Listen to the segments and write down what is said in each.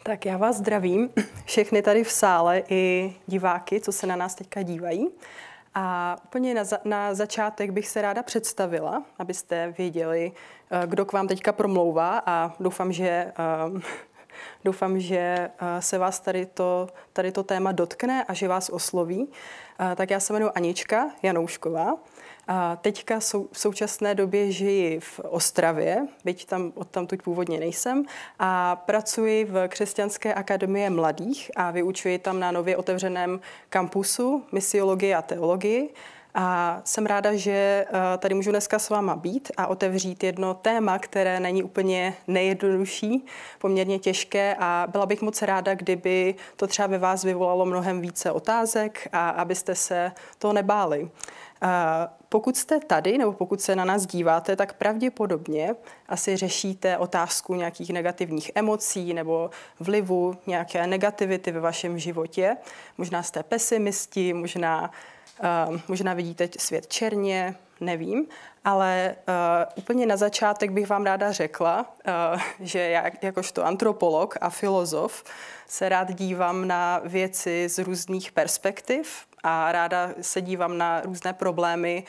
Tak já vás zdravím, všechny tady v sále i diváky, co se na nás teďka dívají. A úplně na začátek bych se ráda představila, abyste věděli, kdo k vám teďka promlouvá, a doufám, že se vás tady to téma dotkne a že vás osloví. Tak já se jmenuji Anička Janoušková. Teďka v současné době žiji v Ostravě, byť tam odtamtud původně nejsem, a pracuji v Křesťanské akademii mladých a vyučuji tam na nově otevřeném kampusu misiologii a teologii. A jsem ráda, že tady můžu dneska s váma být a otevřít jedno téma, které není úplně nejjednodušší, poměrně těžké, a byla bych moc ráda, kdyby to třeba ve vás vyvolalo mnohem více otázek a abyste se toho nebáli. Pokud jste tady, nebo pokud se na nás díváte, tak pravděpodobně asi řešíte otázku nějakých negativních emocí nebo vlivu nějaké negativity ve vašem životě. Možná jste pesimisti, možná vidíte svět černě, nevím, ale úplně na začátek bych vám ráda řekla, že já jakožto antropolog a filozof se rád dívám na věci z různých perspektiv a ráda se dívám na různé problémy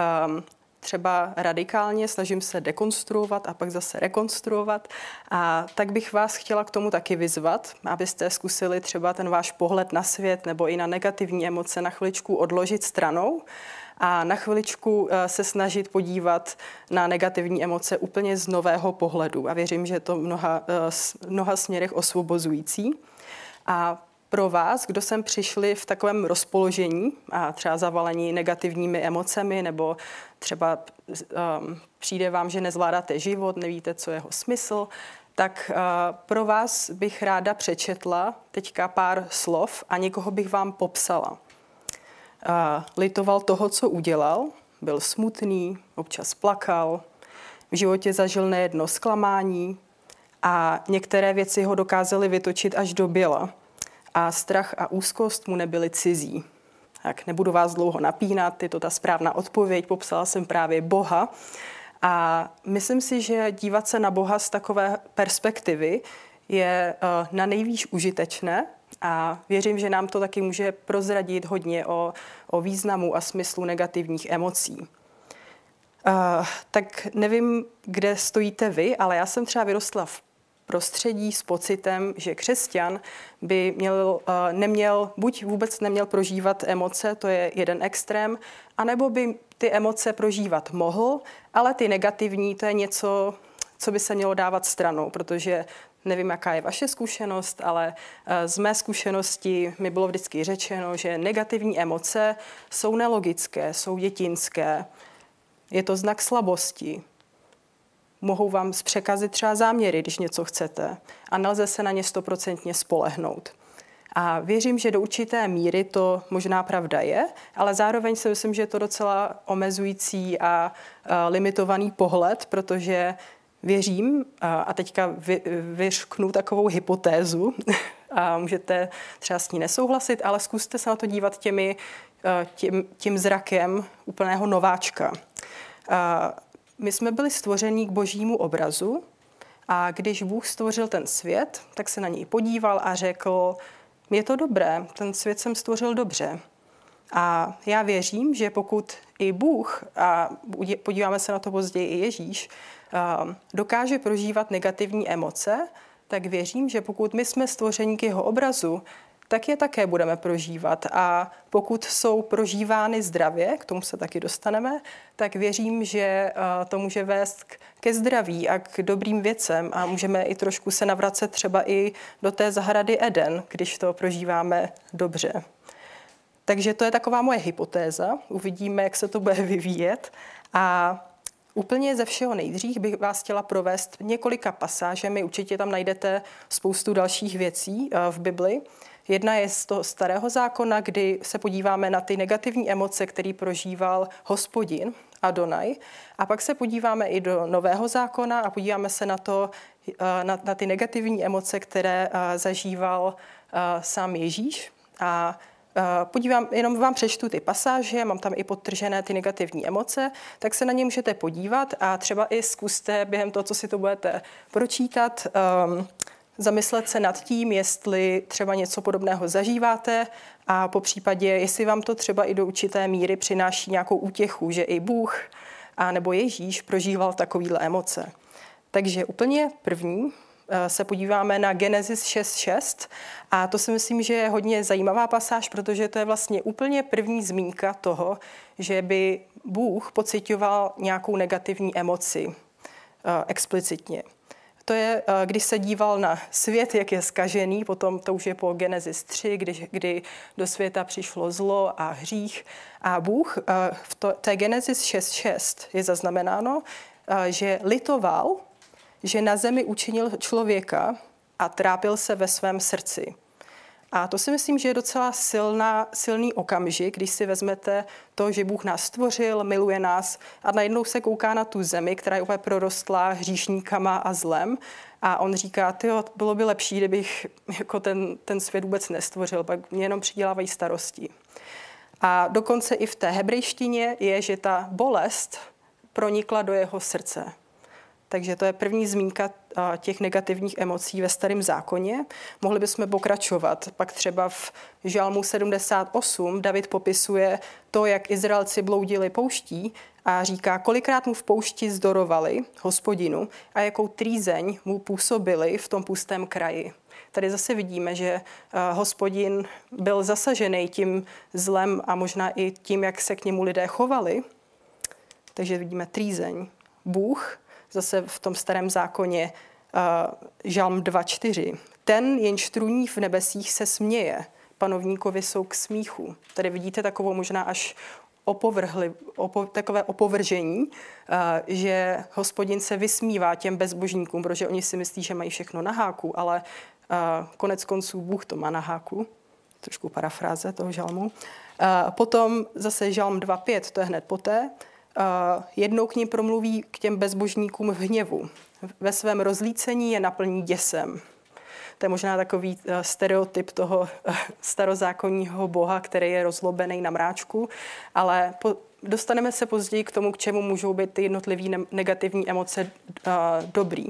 třeba radikálně, snažím se dekonstruovat a pak zase rekonstruovat. A tak bych vás chtěla k tomu taky vyzvat, abyste zkusili třeba ten váš pohled na svět nebo i na negativní emoce na chviličku odložit stranou a na chviličku se snažit podívat na negativní emoce úplně z nového pohledu. A věřím, že je to v mnoha směrech osvobozující. A pro vás, kdo sem přišli v takovém rozpoložení a třeba zavalení negativními emocemi, nebo třeba přijde vám, že nezvládáte život, nevíte, co je jeho smysl, tak pro vás bych ráda přečetla teďka pár slov a někoho bych vám popsala. Litoval toho, co udělal, byl smutný, občas plakal, v životě zažil nejedno zklamání a některé věci ho dokázaly vytočit až do běla. A strach a úzkost mu nebyly cizí. Tak nebudu vás dlouho napínat, je to ta správná odpověď, popsala jsem právě Boha. A myslím si, že dívat se na Boha z takové perspektivy je na nejvýš užitečné a věřím, že nám to taky může prozradit hodně o významu a smyslu negativních emocí. Tak nevím, kde stojíte vy, ale já jsem třeba vyrostla v prostředí s pocitem, že křesťan by buď vůbec neměl prožívat emoce, to je jeden extrém, anebo by ty emoce prožívat mohl, ale ty negativní, to je něco, co by se mělo dávat stranou, protože nevím, jaká je vaše zkušenost, ale z mé zkušenosti mi bylo vždycky řečeno, že negativní emoce jsou nelogické, jsou dětinské, je to znak slabosti. Mohou vám zpřekazit třeba záměry, když něco chcete, a nelze se na ně 100% spolehnout. A věřím, že do určité míry to možná pravda je, ale zároveň si myslím, že je to docela omezující a limitovaný pohled, protože věřím, a teďka vyřknu takovou hypotézu, a můžete třeba s ní nesouhlasit, ale zkuste se na to dívat tím zrakem úplného nováčka. My jsme byli stvoření k božímu obrazu a když Bůh stvořil ten svět, tak se na něj podíval a řekl, je to dobré, ten svět jsem stvořil dobře. A já věřím, že pokud i Bůh, a podíváme se na to později i Ježíš, dokáže prožívat negativní emoce, tak věřím, že pokud my jsme stvoření k jeho obrazu, tak je také budeme prožívat. A pokud jsou prožívány zdravě, k tomu se taky dostaneme, tak věřím, že to může vést ke zdraví a k dobrým věcem a můžeme i trošku se navracet třeba i do té zahrady Eden, když to prožíváme dobře. Takže to je taková moje hypotéza. Uvidíme, jak se to bude vyvíjet. A úplně ze všeho nejdřív bych vás chtěla provést několika pasážemi. Určitě tam najdete spoustu dalších věcí v Bibli. Jedna je z toho starého zákona, kdy se podíváme na ty negativní emoce, které prožíval Hospodin, Adonaj. A pak se podíváme i do nového zákona a podíváme se na ty negativní emoce, které zažíval sám Ježíš. A jenom vám přečtu ty pasáže, mám tam i podtržené ty negativní emoce, tak se na ně můžete podívat a třeba i zkuste během toho, co si to budete pročítat, zamyslet se nad tím, jestli třeba něco podobného zažíváte a po případě, jestli vám to třeba i do určité míry přináší nějakou útěchu, že i Bůh a nebo Ježíš prožíval takovéhle emoce. Takže úplně první se podíváme na Genesis 6.6 a to si myslím, že je hodně zajímavá pasáž, protože to je vlastně úplně první zmínka toho, že by Bůh pociťoval nějakou negativní emoci explicitně. To je, když se díval na svět, jak je zkažený, potom to už je po Genesis 3, kdy do světa přišlo zlo a hřích. A Bůh v té Genesis 6.6 je zaznamenáno, že litoval, že na zemi učinil člověka a trápil se ve svém srdci. A to si myslím, že je docela silný okamžik, když si vezmete to, že Bůh nás stvořil, miluje nás a najednou se kouká na tu zemi, která je úplně prorostlá hříšníkama a zlem. A on říká, tyjo, bylo by lepší, kdybych jako ten svět vůbec nestvořil, pak mě jenom přidělávají starosti. A dokonce i v té hebrejštině je, že ta bolest pronikla do jeho srdce. Takže to je první zmínka těch negativních emocí ve Starém zákoně. Mohli bychom pokračovat. Pak třeba v Žalmu 78 David popisuje to, jak Izraelci bloudili pouští a říká, kolikrát mu v poušti zdorovali Hospodinu a jakou trýzeň mu působili v tom pustém kraji. Tady zase vidíme, že Hospodin byl zasažený tím zlem a možná i tím, jak se k němu lidé chovali. Takže vidíme trýzeň. Bůh zase v tom Starém zákoně Žalm 2.4. Ten, jenž trůní v nebesích, se směje. Panovníkovi jsou k smíchu. Tady vidíte takovou možná až takové opovržení, že Hospodin se vysmívá těm bezbožníkům, protože oni si myslí, že mají všechno na háku, ale konec konců Bůh to má na háku. Trošku parafráze toho žalmu. Potom zase Žalm 2.5, to je hned poté. Jednou k ním promluví k těm bezbožníkům v hněvu. Ve svém rozlícení je naplní děsem. To je možná takový stereotyp toho starozákonního boha, který je rozlobený na mráčku, ale dostaneme se později k tomu, k čemu můžou být ty jednotlivé negativní emoce dobrý.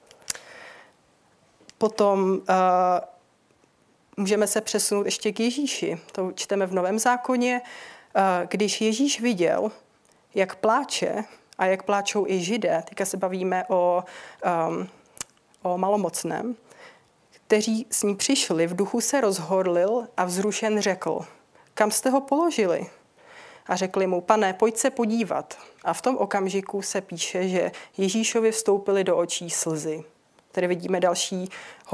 Potom můžeme se přesunout ještě k Ježíši. To čteme v Novém zákoně. Když Ježíš viděl, jak pláče a jak pláčou i Židé, teďka se bavíme o malomocném, kteří s ní přišli, v duchu se rozhorlil a vzrušen řekl, kam jste ho položili? A řekli mu, Pane, pojď se podívat. A v tom okamžiku se píše, že Ježíšovi vstoupily do očí slzy. Tady vidíme další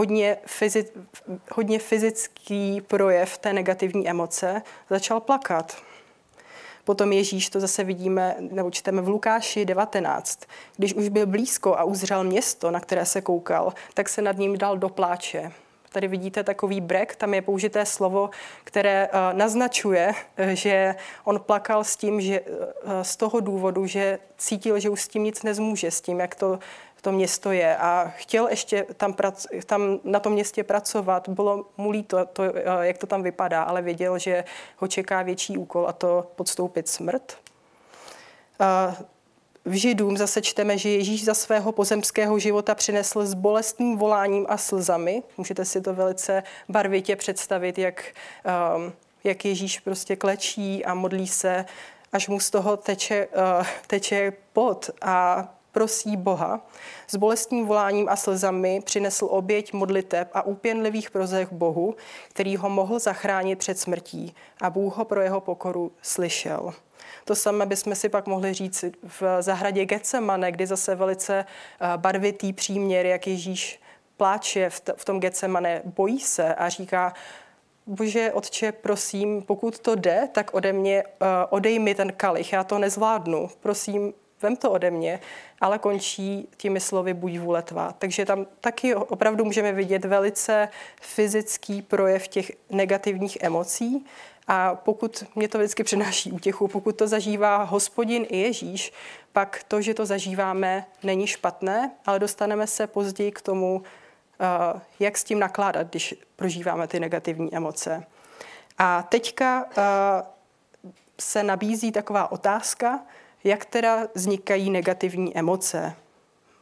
hodně fyzický projev té negativní emoce. Začal plakat. Potom Ježíš, to zase vidíme, nebo čteme v Lukáši 19. Když už byl blízko a uzřel město, na které se koukal, tak se nad ním dal do pláče. Tady vidíte takový brek, tam je použité slovo, které naznačuje, že on plakal s tím, že z toho důvodu, že cítil, že už s tím nic nezmůže, s tím, jak to město je a chtěl ještě tam na tom městě pracovat. Bylo mu líto, jak to tam vypadá, ale věděl, že ho čeká větší úkol a to podstoupit smrt. V Židům zase čteme, že Ježíš za svého pozemského života přinesl s bolestným voláním a slzami. Můžete si to velice barvitě představit, jak Ježíš prostě klečí a modlí se, až mu z toho teče pot a prosí Boha. S bolestným voláním a slzami přinesl oběť modliteb a úpěnlivých proseb Bohu, který ho mohl zachránit před smrtí a Bůh ho pro jeho pokoru slyšel. To samé bychom si pak mohli říct v zahradě Getsemane, kdy zase velice barvitý příměr, jak Ježíš pláče v tom Getsemane, bojí se a říká, Bože, Otče, prosím, pokud to jde, tak odej mi ten kalich, já to nezvládnu, prosím, vem to ode mě, ale končí těmi slovy buď vůle tvá. Takže tam taky opravdu můžeme vidět velice fyzický projev těch negativních emocí a pokud mě to vždycky přináší útěchu, pokud to zažívá Hospodin i Ježíš, pak to, že to zažíváme, není špatné, ale dostaneme se později k tomu, jak s tím nakládat, když prožíváme ty negativní emoce. A teďka se nabízí taková otázka, jak teda vznikají negativní emoce.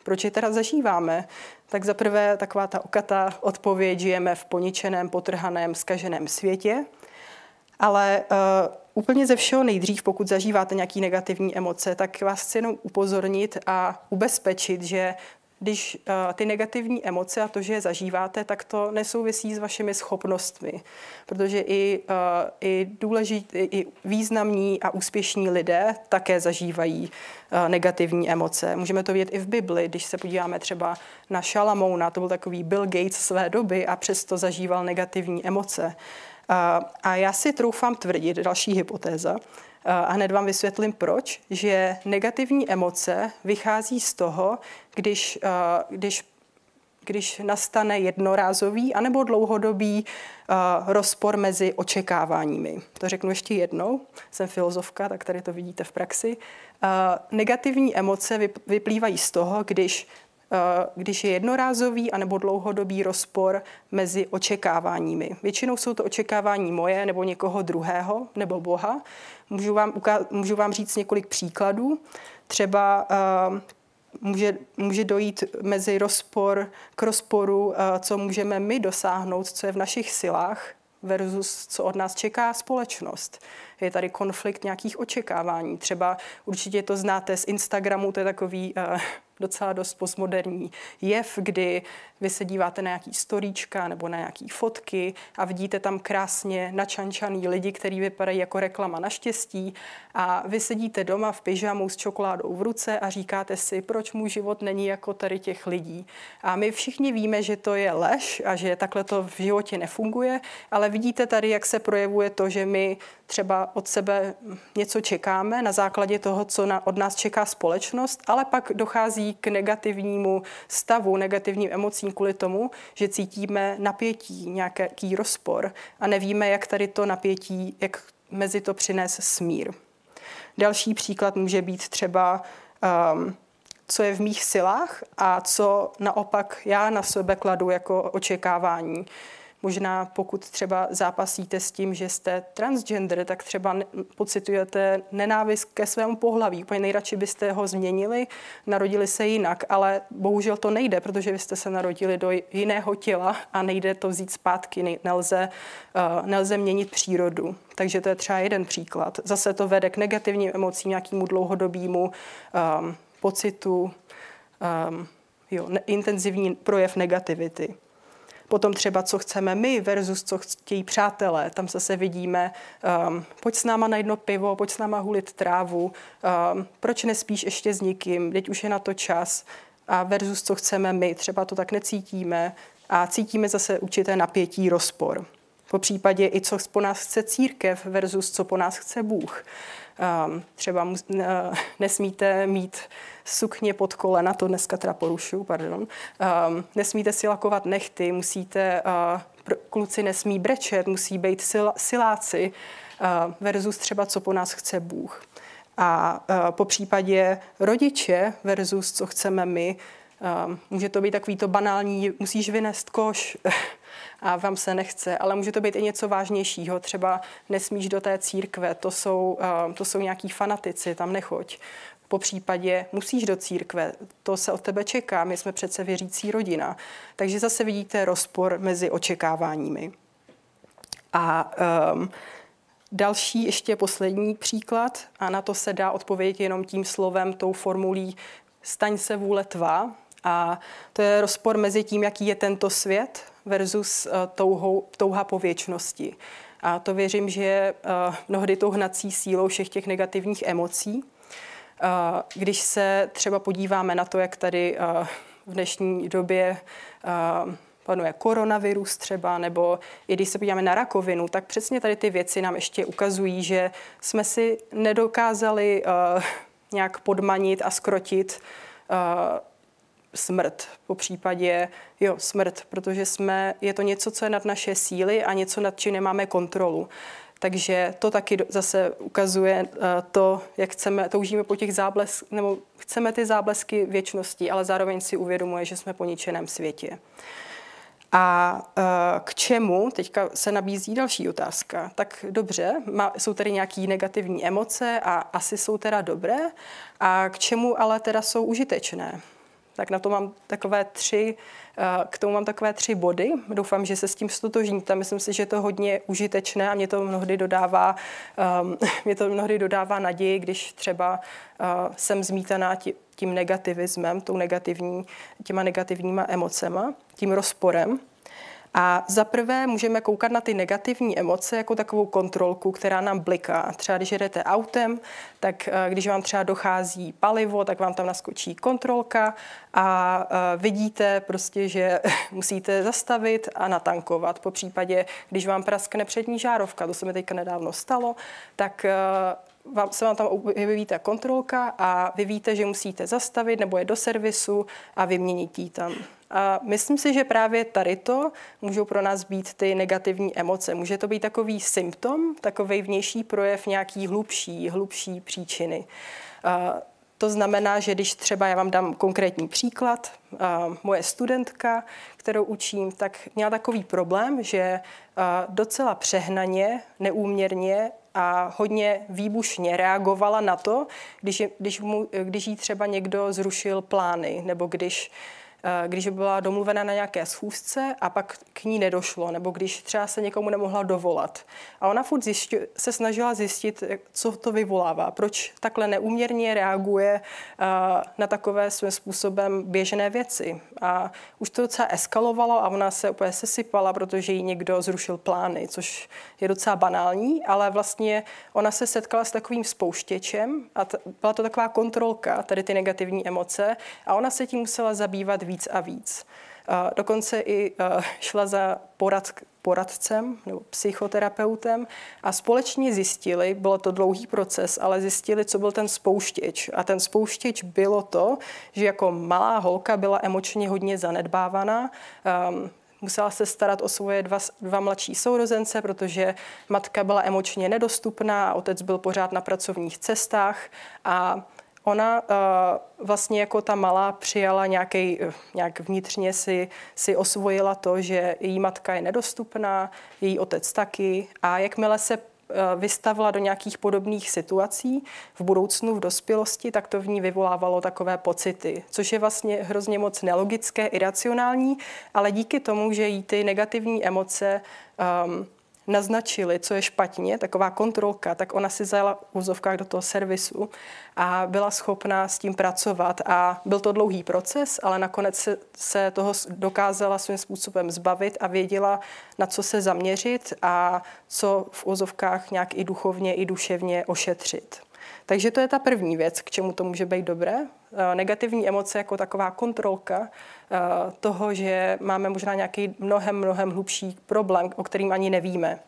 Proč je teda zažíváme? Tak za prvé taková ta okatá odpověď, žijeme v poničeném, potrhaném, zkaženém světě. Ale úplně ze všeho nejdřív, pokud zažíváte nějaké negativní emoce, tak vás chci jenom upozornit a ubezpečit, že když ty negativní emoce a to, že je zažíváte, tak to nesouvisí s vašimi schopnostmi, protože i významní a úspěšní lidé také zažívají negativní emoce. Můžeme to vidět i v Bibli, když se podíváme třeba na Šalamouna, to byl takový Bill Gates své doby a přesto zažíval negativní emoce. A já si troufám tvrdit, další hypotéza, a hned vám vysvětlím proč, že negativní emoce vychází z toho, když nastane jednorázový anebo dlouhodobý rozpor mezi očekáváními. To řeknu ještě jednou, jsem filozofka, tak tady to vidíte v praxi. Negativní emoce vyplývají z toho, když je jednorázový anebo dlouhodobý rozpor mezi očekáváními. Většinou jsou to očekávání moje nebo někoho druhého nebo Boha. Můžu vám říct několik příkladů. Třeba může dojít k rozporu, co můžeme my dosáhnout, co je v našich silách, versus co od nás čeká společnost. Je tady konflikt nějakých očekávání. Třeba určitě to znáte z Instagramu, to je takový docela dost postmoderní jev, kdy vy se díváte na nějaký storíčka nebo na nějaký fotky a vidíte tam krásně načančaný lidi, kteří vypadají jako reklama na štěstí a vy sedíte doma v pyžamu s čokoládou v ruce a říkáte si, proč můj život není jako tady těch lidí. A my všichni víme, že to je lež a že takhle to v životě nefunguje, ale vidíte tady, jak se projevuje to, že my třeba od sebe něco čekáme na základě toho, co od nás čeká společnost, ale pak dochází k negativnímu stavu, negativním emocím kvůli tomu, že cítíme napětí, nějaký rozpor a nevíme, jak tady to napětí, jak mezi to přinést smír. Další příklad může být třeba, co je v mých silách a co naopak já na sebe kladu jako očekávání. Možná pokud třeba zápasíte s tím, že jste transgender, tak třeba pocitujete nenávist ke svému pohlaví. Úplně nejradši byste ho změnili, narodili se jinak, ale bohužel to nejde, protože vy jste se narodili do jiného těla a nejde to vzít zpátky, nelze měnit přírodu. Takže to je třeba jeden příklad. Zase to vede k negativním emocím, nějakému dlouhodobému pocitu, intenzivní projev negativity. Potom třeba, co chceme my versus co chtějí přátelé. Tam zase vidíme, pojď s náma na jedno pivo, pojď s náma hulit trávu, proč nespíš ještě s nikým, teď už je na to čas. A versus co chceme my, třeba to tak necítíme a cítíme zase určité napětí, rozpor. Po případě i co po nás chce církev versus co po nás chce Bůh. Třeba nesmíte mít sukně pod kolena, to dneska teda porušuju, pardon. Nesmíte si lakovat nehty, kluci nesmí brečet, musí být siláci versus třeba co po nás chce Bůh. A po případě rodiče versus co chceme my, může to být takový to banální, musíš vynést koš a vám se nechce, ale může to být i něco vážnějšího, třeba nesmíš do té církve, to jsou nějaký fanatici, tam nechoď. Po případě musíš do církve, to se od tebe čeká, my jsme přece věřící rodina. Takže zase vidíte rozpor mezi očekáváními. A další, ještě poslední příklad, a na to se dá odpovědět jenom tím slovem, tou formulí staň se vůle tvá. A to je rozpor mezi tím, jaký je tento svět versus touha po věčnosti. A to věřím, že je mnohdy tou hnací sílou všech těch negativních emocí. Když se třeba podíváme na to, jak tady v dnešní době panuje koronavirus třeba, nebo i když se podíváme na rakovinu, tak přesně tady ty věci nám ještě ukazují, že jsme si nedokázali nějak podmanit a zkrotit smrt. Po případě, smrt, protože je to něco, co je nad naše síly a něco, nad čím nemáme kontrolu. Takže to taky zase ukazuje to, jak toužíme po těch nebo chceme ty záblesky věčnosti, ale zároveň si uvědomuje, že jsme po ničeném světě. A k čemu, teďka se nabízí další otázka. Tak dobře, jsou tady nějaké negativní emoce a asi jsou teda dobré. A k čemu ale teda jsou užitečné? Tak na to mám k tomu mám takové 3 body. Doufám, že se s tím stotožníte. Myslím si, že je to hodně užitečné a mě to mnohdy dodává naději, když třeba jsem zmítaná tím negativismem, těma negativníma emocema, tím rozporem. A za prvé můžeme koukat na ty negativní emoce jako takovou kontrolku, která nám bliká. Třeba když jedete autem, tak když vám třeba dochází palivo, tak vám tam naskočí kontrolka a vidíte prostě, že musíte zastavit a natankovat. Po případě, když vám praskne přední žárovka, to se mi teďka nedávno stalo, tak se vám tam objeví ta kontrolka a vy víte, že musíte zastavit nebo je do servisu a vyměnit ji tam. A myslím si, že právě tady to můžou pro nás být ty negativní emoce. Může to být takový symptom, takový vnější projev nějaký hlubší příčiny. To znamená, že když třeba já vám dám konkrétní příklad, moje studentka, kterou učím, tak měla takový problém, že docela přehnaně, neúměrně a hodně výbušně reagovala na to, když jí třeba někdo zrušil plány, nebo když byla domluvena na nějaké schůzce a pak k ní nedošlo, nebo když třeba se někomu nemohla dovolat. A ona furt se snažila zjistit, co to vyvolává, proč takhle neúměrně reaguje na takové svým způsobem běžné věci. A už to docela eskalovalo a ona se úplně sesypala, protože jí někdo zrušil plány, což je docela banální, ale vlastně ona se setkala s takovým spouštěčem a byla to taková kontrolka, tady ty negativní emoce, a ona se tím musela zabývat víc a víc. Dokonce i šla za poradcem nebo psychoterapeutem a společně zjistili, bylo to dlouhý proces, ale zjistili, co byl ten spouštěč. A ten spouštěč bylo to, že jako malá holka byla emočně hodně zanedbávaná, musela se starat o svoje dva mladší sourozence, protože matka byla emočně nedostupná a otec byl pořád na pracovních cestách a ona vlastně jako ta malá přijala nějak vnitřně si osvojila to, že její matka je nedostupná, její otec taky a jakmile se vystavila do nějakých podobných situací v budoucnu, v dospělosti, tak to v ní vyvolávalo takové pocity, což je vlastně hrozně moc nelogické, iracionální, ale díky tomu, že jí ty negativní emoce naznačili, co je špatně, taková kontrolka, tak ona si zajela v úzovkách do toho servisu a byla schopná s tím pracovat. A byl to dlouhý proces, ale nakonec se toho dokázala svým způsobem zbavit a věděla, na co se zaměřit a co v úzovkách nějak i duchovně, i duševně ošetřit. Takže to je ta první věc, k čemu to může být dobré. Negativní emoce jako taková kontrolka toho, že máme možná nějaký mnohem hlubší problém, o kterým ani nevíme.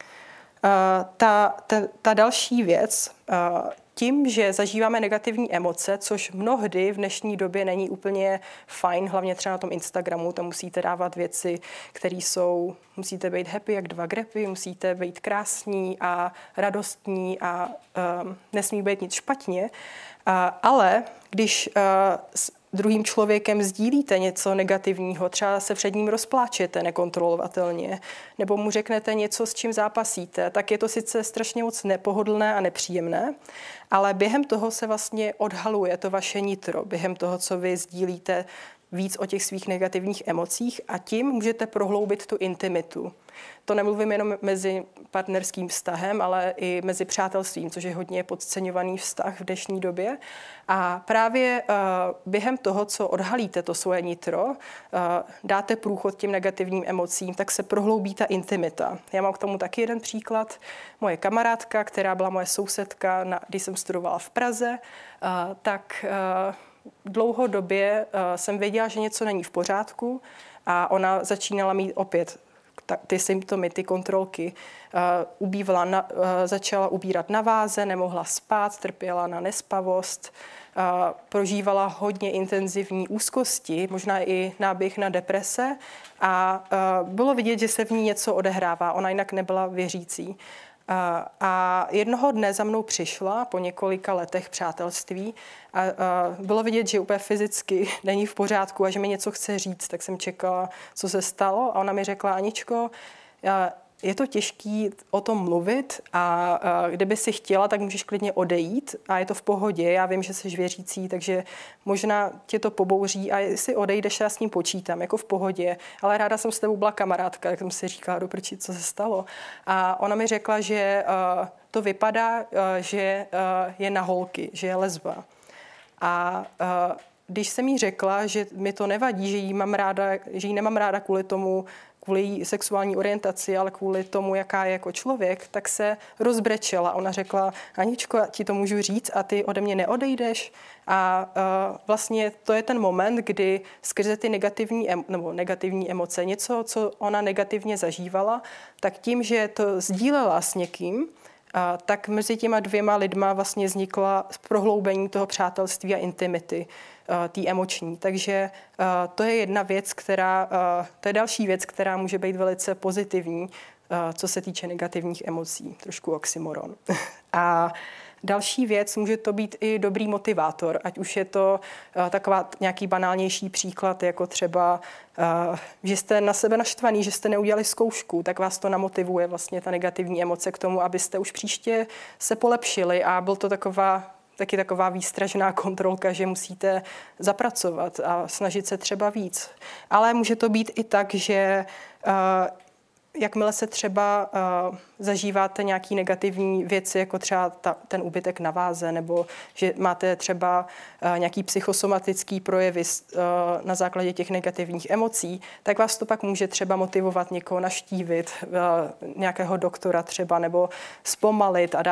Ta další věc, tím, že zažíváme negativní emoce, což mnohdy v dnešní době není úplně fajn, hlavně třeba na tom Instagramu, tam musíte dávat věci, které musíte být happy jak 2 grepy, musíte být krásní a radostní a nesmí být nic špatně, ale když s druhým člověkem sdílíte něco negativního, třeba se před ním rozpláčete nekontrolovatelně, nebo mu řeknete něco, s čím zápasíte, tak je to sice strašně moc nepohodlné a nepříjemné, ale během toho se vlastně odhaluje to vaše nitro, během toho, co vy sdílíte víc o těch svých negativních emocích a tím můžete prohloubit tu intimitu. To nemluvím jenom mezi partnerským vztahem, ale i mezi přátelstvím, což je hodně podceňovaný vztah v dnešní době. A právě během toho, co odhalíte to svoje nitro, dáte průchod těm negativním emocím, tak se prohloubí ta intimita. Já mám k tomu taky jeden příklad. Moje kamarádka, která byla moje sousedka, když jsem studovala v Praze, tak dlouhodobě jsem věděla, že něco není v pořádku a ona začínala mít opět ty symptomy, ty kontrolky. Začala ubírat na váze, nemohla spát, trpěla na nespavost, prožívala hodně intenzivní úzkosti, možná i náběh na deprese a bylo vidět, že se v ní něco odehrává. Ona jinak nebyla věřící. A jednoho dne za mnou přišla po několika letech přátelství a bylo vidět, že úplně fyzicky není v pořádku a že mi něco chce říct, tak jsem čekala, co se stalo a ona mi řekla: Aničko, je to těžký o tom mluvit a kdyby si chtěla, tak můžeš klidně odejít a je to v pohodě. Já vím, že jsi věřící, takže možná tě to pobouří a jestli odejdeš, já s ním počítám, jako v pohodě. Ale ráda jsem s tebou byla kamarádka, jak jsem si říkala, doprčí, co se stalo. A ona mi řekla, že to vypadá, že je na holky, že je lesba. A když jsem jí řekla, že mi to nevadí, že jí nemám ráda kvůli její sexuální orientaci, ale kvůli tomu, jaká je jako člověk, tak se rozbrečela. Ona řekla, Aničko, ti to můžu říct a ty ode mě neodejdeš. A vlastně to je ten moment, kdy skrze ty negativní emoce, něco, co ona negativně zažívala, tak tím, že to sdílela s někým, tak mezi těma dvěma lidma vlastně vznikla prohloubení toho přátelství a intimity, té emoční. Takže to je jedna věc, to je další věc, která může být velice pozitivní, co se týče negativních emocí. Trošku oxymoron. A další věc, může to být i dobrý motivátor, ať už je to taková nějaký banálnější příklad, jako třeba, že jste na sebe naštvaný, že jste neudělali zkoušku, tak vás to namotivuje vlastně ta negativní emoce k tomu, abyste už příště se polepšili a byl to taky taková výstražná kontrolka, že musíte zapracovat a snažit se třeba víc. Ale může to být i tak, že jakmile se třeba zažíváte nějaký negativní věci, jako třeba ten úbytek na váze, nebo že máte třeba nějaký psychosomatický projevy na základě těch negativních emocí, tak vás to pak může třeba motivovat někoho navštívit, nějakého doktora třeba, nebo zpomalit a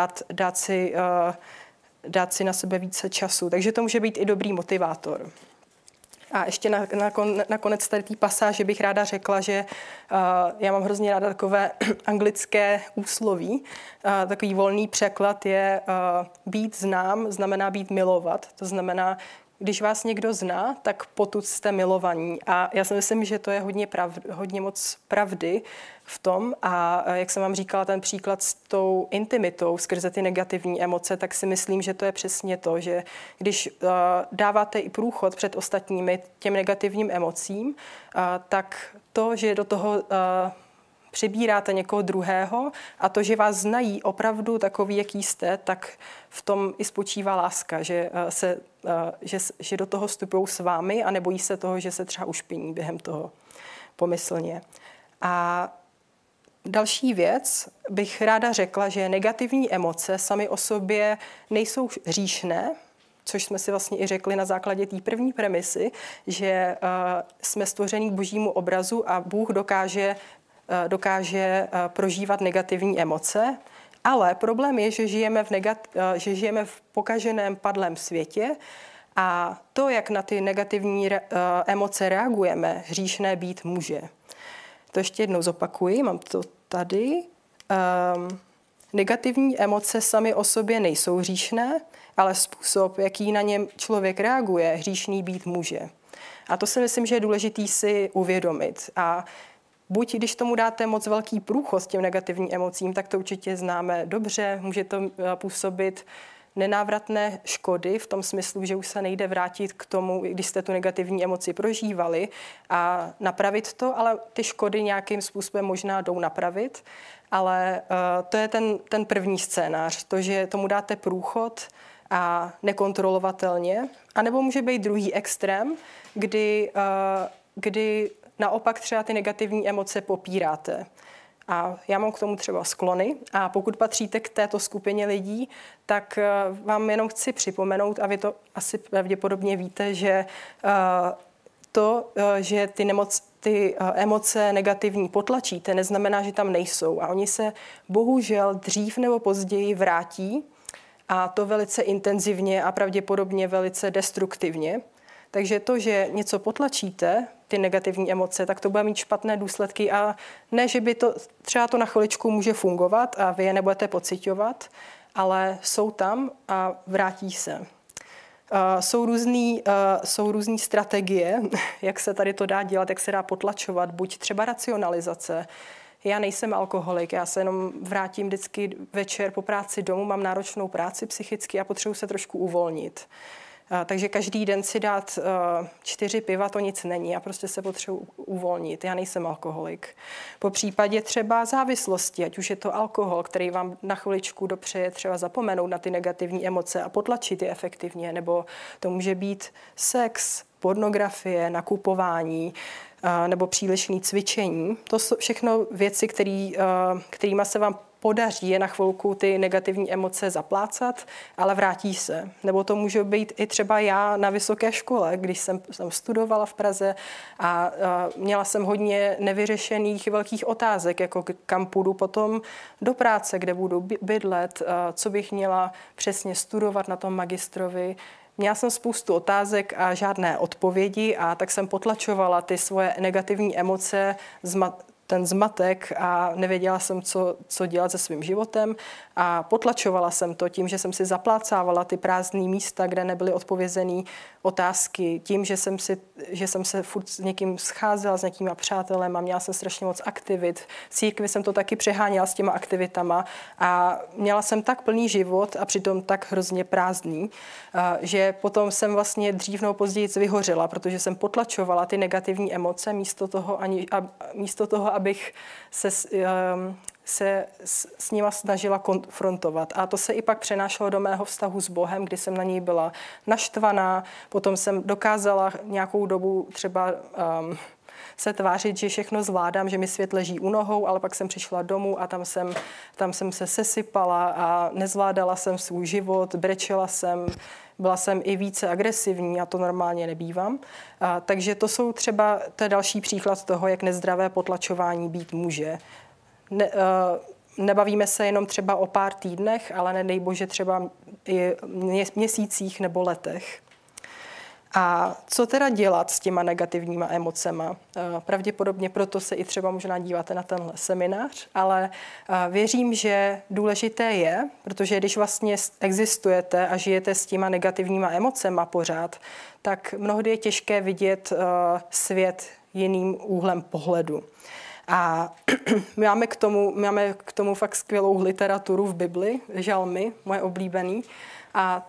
dát si na sebe více času. Takže to může být i dobrý motivátor. A ještě nakonec tady té pasáže bych ráda řekla, že já mám hrozně ráda takové anglické úsloví. Takový volný překlad je být znám, znamená být milovat. To znamená, když vás někdo zná, tak potud jste milovaní. A já si myslím, že to je hodně moc pravdy v tom. A jak jsem vám říkala, ten příklad s tou intimitou skrze ty negativní emoce, tak si myslím, že to je přesně to, že když dáváte i průchod před ostatními těm negativním emocím, tak to, že do toho přibíráte někoho druhého a to, že vás znají opravdu takový, jaký jste, tak v tom i spočívá láska, že do toho vstupují s vámi a nebojí se toho, že se třeba ušpiní během toho pomyslně. A další věc bych ráda řekla, že negativní emoce sami o sobě nejsou hříšné, což jsme si vlastně i řekli na základě té první premisy, že jsme stvoření k božímu obrazu a Bůh dokáže prožívat negativní emoce, ale problém je, že žijeme v pokaženém padlém světě a to, jak na ty negativní emoce reagujeme, hříšné být může. To ještě jednou zopakuji, mám to tady. Negativní emoce sami o sobě nejsou hříšné, ale způsob, jaký na něm člověk reaguje, hříšný být může. A to si myslím, že je důležitý si uvědomit. A buď když tomu dáte moc velký průchod těm negativním emocím, tak to určitě známe dobře, může to působit nenávratné škody v tom smyslu, že už se nejde vrátit k tomu, když jste tu negativní emoci prožívali a napravit to, ale ty škody nějakým způsobem možná jdou napravit, ale to je ten první scénář, to, že tomu dáte průchod a nekontrolovatelně, anebo může být druhý extrém, kdy naopak třeba ty negativní emoce popíráte. A já mám k tomu třeba sklony a pokud patříte k této skupině lidí, tak vám jenom chci připomenout, a vy to asi pravděpodobně víte, že že ty emoce negativní potlačíte, neznamená, že tam nejsou. A oni se bohužel dřív nebo později vrátí a to velice intenzivně a pravděpodobně velice destruktivně. Takže to, že něco potlačíte, ty negativní emoce, tak to bude mít špatné důsledky a ne, že by to třeba to na chviličku může fungovat a vy je nebudete pociťovat, ale jsou tam a vrátí se. Jsou různý strategie, jak se tady to dá dělat, jak se dá potlačovat, buď třeba racionalizace. Já nejsem alkoholik, já se jenom vrátím vždycky večer po práci domů, mám náročnou práci psychicky a potřebuji se trošku uvolnit. Takže každý den si dát 4 piva, to nic není. Já prostě se potřebuji uvolnit. Já nejsem alkoholik. Po případě třeba závislosti, ať už je to alkohol, který vám na chviličku dopřeje třeba zapomenout na ty negativní emoce a potlačit je efektivně, nebo to může být sex, pornografie, nakupování nebo přílišné cvičení. To jsou všechno věci, kterýma se vám podaří je na chvilku ty negativní emoce zaplácat, ale vrátí se. Nebo to může být i třeba já na vysoké škole, když jsem studovala v Praze a měla jsem hodně nevyřešených velkých otázek, jako kam půjdu potom do práce, kde budu bydlet, co bych měla přesně studovat na tom magistrovi. Měla jsem spoustu otázek a žádné odpovědi a tak jsem potlačovala ty svoje negativní emoce, ten zmatek a nevěděla jsem, co dělat se svým životem a potlačovala jsem to tím, že jsem si zaplácávala ty prázdné místa, kde nebyly odpovězené otázky, tím, že jsem se furt s někým scházela, s někýma přátelem a měla jsem strašně moc aktivit. V církvi jsem to taky přeháněla s těma aktivitama a měla jsem tak plný život a přitom tak hrozně prázdný, že potom jsem vlastně dřív nebo později vyhořela, protože jsem potlačovala ty negativní emoce místo toho, abych se s nima snažila konfrontovat. A to se i pak přenášelo do mého vztahu s Bohem, kdy jsem na něj byla naštvaná. Potom jsem dokázala nějakou dobu třeba se tvářit, že všechno zvládám, že mi svět leží u nohou, ale pak jsem přišla domů a tam jsem se sesypala a nezvládala jsem svůj život, brečela jsem, byla jsem i více agresivní a to normálně nebývám. Takže to je další příklad toho, jak nezdravé potlačování být může. Nebavíme se jenom třeba o pár týdnech, ale nedej bože třeba i měsících nebo letech. A co teda dělat s těma negativníma emocema? Pravděpodobně proto se i třeba možná díváte na tenhle seminář, ale věřím, že důležité je, protože když vlastně existujete a žijete s těma negativníma emocema pořád, tak mnohdy je těžké vidět svět jiným úhlem pohledu. A máme k tomu fakt skvělou literaturu v Bibli, žalmy, moje oblíbený. A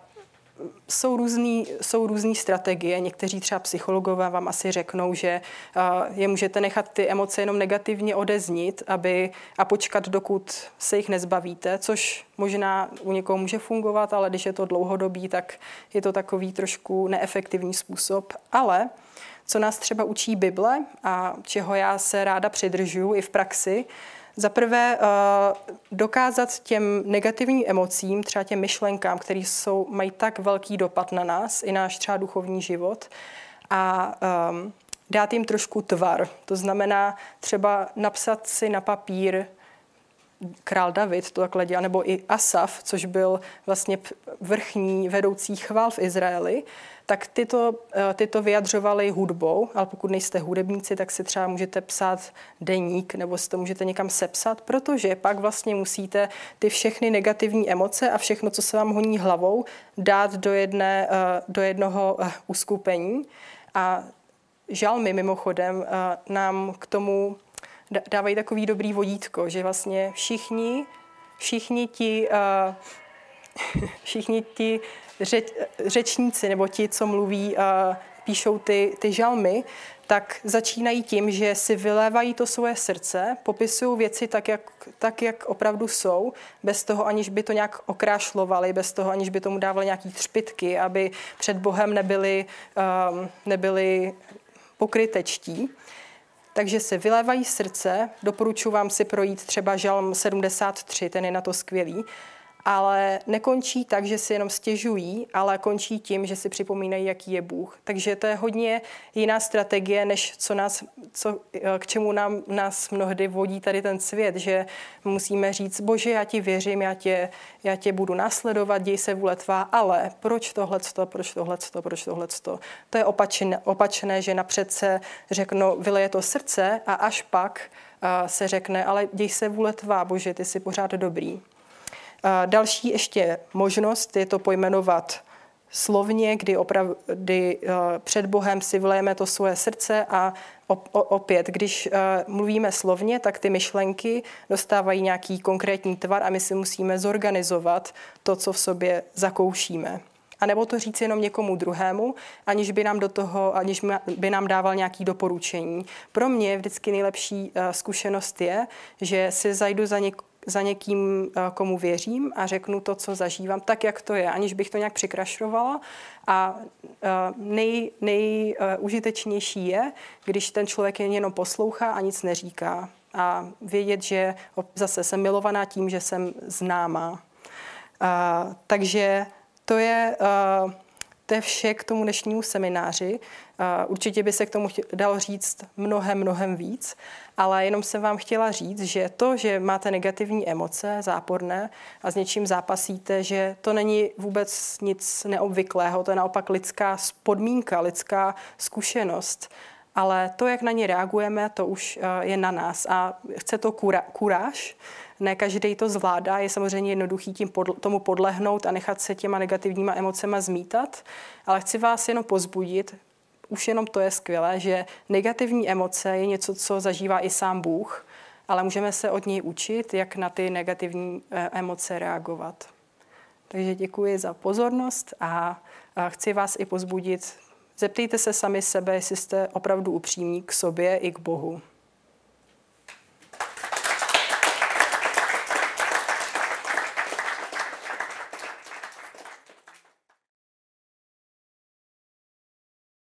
jsou různý strategie. Někteří třeba psychologové vám asi řeknou, že je můžete nechat ty emoce jenom negativně odeznít a počkat, dokud se jich nezbavíte, což možná u někoho může fungovat, ale když je to dlouhodobý, tak je to takový trošku neefektivní způsob. Ale co nás třeba učí Bible a čeho já se ráda přidržuju i v praxi, za prvé dokázat těm negativním emocím, třeba těm myšlenkám, které mají tak velký dopad na nás, i náš třeba duchovní život, a dát jim trošku tvar. To znamená třeba napsat si na papír, král David to takhle dělal, nebo i Asaf, což byl vlastně vrchní vedoucí chvál v Izraeli, tak tyto vyjadřovali hudbou, ale pokud nejste hudebníci, tak si třeba můžete psát deník nebo si to můžete někam sepsat, protože pak vlastně musíte ty všechny negativní emoce a všechno, co se vám honí hlavou, dát do jednoho uskupení. A žalmy mimochodem nám k tomu dávají takový dobrý vodítko, že vlastně všichni ti řečníci nebo ti, co mluví, píšou ty žalmy, tak začínají tím, že si vylévají to svoje srdce, popisují věci tak, jak opravdu jsou, bez toho, aniž by to nějak okrášlovali, bez toho, aniž by tomu dávali nějaký třpytky, aby před Bohem nebyli pokrytečtí. Takže se vylévají srdce, doporučuji vám si projít třeba žalm 73, ten je na to skvělý, ale nekončí tak, že si jenom stěžují, ale končí tím, že si připomínají, jaký je Bůh. Takže to je hodně jiná strategie, než k čemu nás mnohdy vodí tady ten svět, že musíme říct, Bože, já ti věřím, já tě budu následovat, děj se vůle tvá, ale proč tohleto? To je opačné, že napřed se řeknou, vyleje to srdce a až pak se řekne, ale děj se vůle tvá, Bože, ty jsi pořád dobrý. Další ještě možnost je to pojmenovat slovně, kdy před Bohem si vylejeme to svoje srdce a opět, když mluvíme slovně, tak ty myšlenky dostávají nějaký konkrétní tvar a my si musíme zorganizovat to, co v sobě zakoušíme. A nebo to říct jenom někomu druhému, aniž by nám dával nějaké doporučení. Pro mě vždycky nejlepší zkušenost je, že si zajdu za někým, komu věřím a řeknu to, co zažívám, tak, jak to je, aniž bych to nějak přikrašrovala. A nejužitečnější je, když ten člověk jen jenom poslouchá a nic neříká. A vědět, že zase jsem milovaná tím, že jsem známá. Takže to je vše k tomu dnešnímu semináři. Určitě by se k tomu dalo říct mnohem víc, ale jenom jsem vám chtěla říct, že to, že máte negativní emoce, záporné a s něčím zápasíte, že to není vůbec nic neobvyklého, to je naopak lidská podmínka, lidská zkušenost. Ale to, jak na ně reagujeme, to už je na nás. A chce to kuráž. Ne každý to zvládá. Je samozřejmě jednoduchý tomu podlehnout a nechat se těma negativníma emocema zmítat. Ale chci vás jenom pozbudit, už jenom to je skvělé, že negativní emoce je něco, co zažívá i sám Bůh, ale můžeme se od něj učit, jak na ty negativní emoce reagovat. Takže děkuji za pozornost a chci vás i pozbudit. Zeptejte se sami sebe, jestli jste opravdu upřímní k sobě i k Bohu.